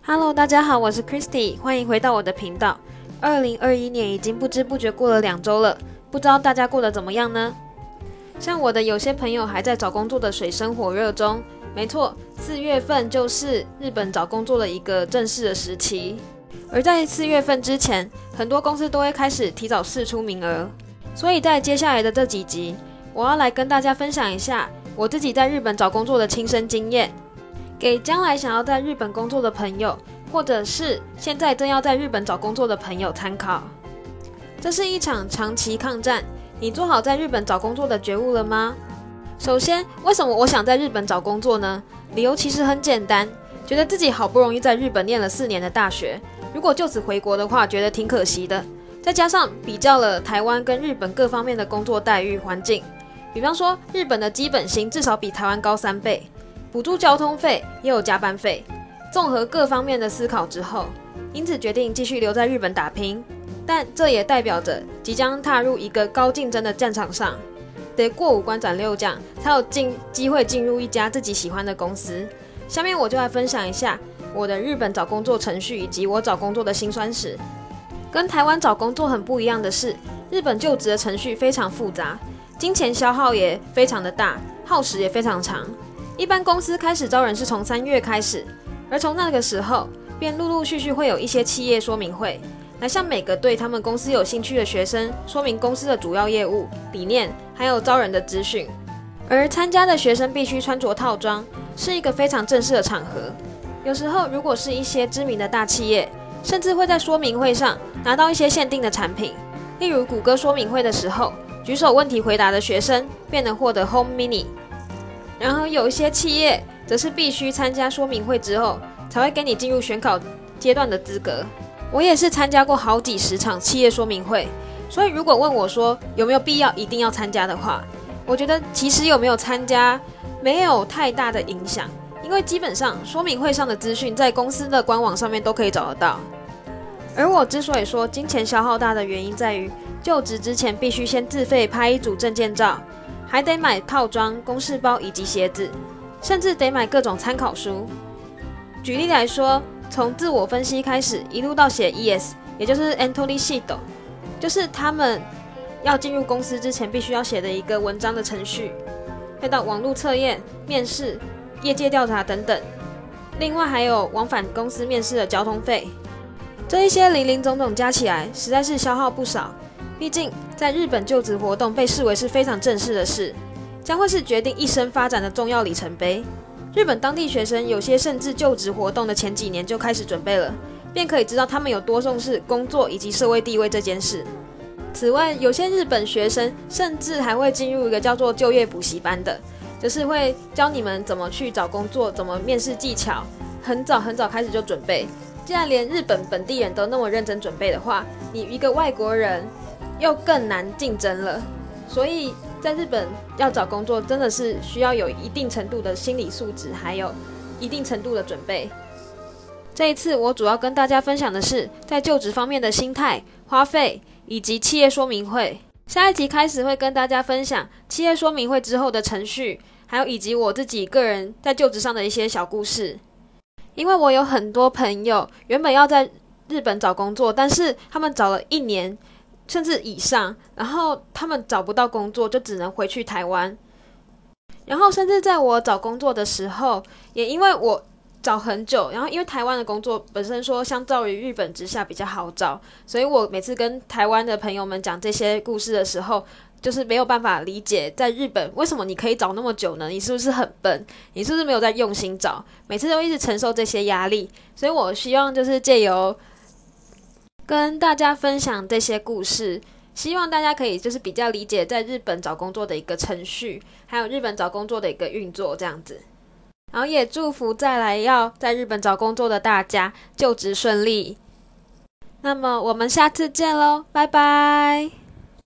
Hello， 大家好，我是 Christy， 欢迎回到我的频道。2021年已经不知不觉过了2周了，不知道大家过得怎么样呢？像我的有些朋友还在找工作的水深火热中，没错，4月份就是日本找工作的一个正式的时期。而在4月份之前，很多公司都会开始提早释出名额，所以在接下来的这几集，我要来跟大家分享一下我自己在日本找工作的亲身经验。给将来想要在日本工作的朋友，或者是现在正要在日本找工作的朋友参考。这是一场长期抗战，你做好在日本找工作的觉悟了吗？首先，为什么我想在日本找工作呢？理由其实很简单，觉得自己好不容易在日本念了4年的大学，如果就此回国的话，觉得挺可惜的。再加上比较了台湾跟日本各方面的工作待遇环境，比方说日本的基本薪至少比台湾高3倍。补助交通费，也有加班费。综合各方面的思考之后，因此决定继续留在日本打拼。但这也代表着即将踏入一个高竞争的战场上，得过5关斩6将，才有机会进入一家自己喜欢的公司。下面我就来分享一下我的日本找工作程序以及我找工作的辛酸史。跟台湾找工作很不一样的是，日本就职的程序非常复杂，金钱消耗也非常的大，耗时也非常长。一般公司开始招人是从3月开始，而从那个时候便陆陆续续会有一些企业说明会，来向每个对他们公司有兴趣的学生说明公司的主要业务、理念，还有招人的资讯。而参加的学生必须穿着套装，是一个非常正式的场合。有时候如果是一些知名的大企业，甚至会在说明会上拿到一些限定的产品，例如谷歌说明会的时候，举手问题回答的学生便能获得 Home Mini。然后有一些企业则是必须参加说明会之后，才会给你进入选考阶段的资格。我也是参加过好几十场企业说明会，所以如果问我说有没有必要一定要参加的话，我觉得其实有没有参加没有太大的影响，因为基本上说明会上的资讯在公司的官网上面都可以找得到。而我之所以说金钱消耗大的原因在于，就职之前必须先自费拍一组证件照，还得买套装、公事包以及鞋子，甚至得买各种参考书。举例来说，从自我分析开始，一路到写 ES， 也就是 Entry Sheet， 就是他们要进入公司之前必须要写的一个文章的程序，再到网络测验、面试、业界调查等等。另外还有往返公司面试的交通费，这一些零零总总加起来，实在是消耗不少。毕竟在日本就职活动被视为是非常正式的事，将会是决定一生发展的重要里程碑。日本当地学生有些甚至就职活动的前几年就开始准备了，便可以知道他们有多重视工作以及社会地位这件事。此外，有些日本学生甚至还会进入一个叫做就业补习班的，就是会教你们怎么去找工作，怎么面试技巧，很早开始就准备。既然连日本本地人都那么认真准备的话，你一个外国人又更难竞争了。所以在日本要找工作真的是需要有一定程度的心理素质，还有一定程度的准备。这一次我主要跟大家分享的是在就职方面的心态、花费以及企业说明会。下一集开始会跟大家分享企业说明会之后的程序，还有以及我自己个人在就职上的一些小故事。因为我有很多朋友原本要在日本找工作，但是他们找了1年甚至以上，然后他们找不到工作，就只能回去台湾。然后甚至在我找工作的时候，也因为我找很久，然后因为台湾的工作本身说相较于日本之下比较好找，所以我每次跟台湾的朋友们讲这些故事的时候，就是没有办法理解在日本为什么你可以找那么久呢？你是不是很笨？你是不是没有在用心找？每次都一直承受这些压力。所以我希望就是借由跟大家分享这些故事，希望大家可以就是比较理解在日本找工作的一个程序，还有日本找工作的一个运作这样子。然后也祝福再来要在日本找工作的大家就职顺利。那么我们下次见咯，拜拜。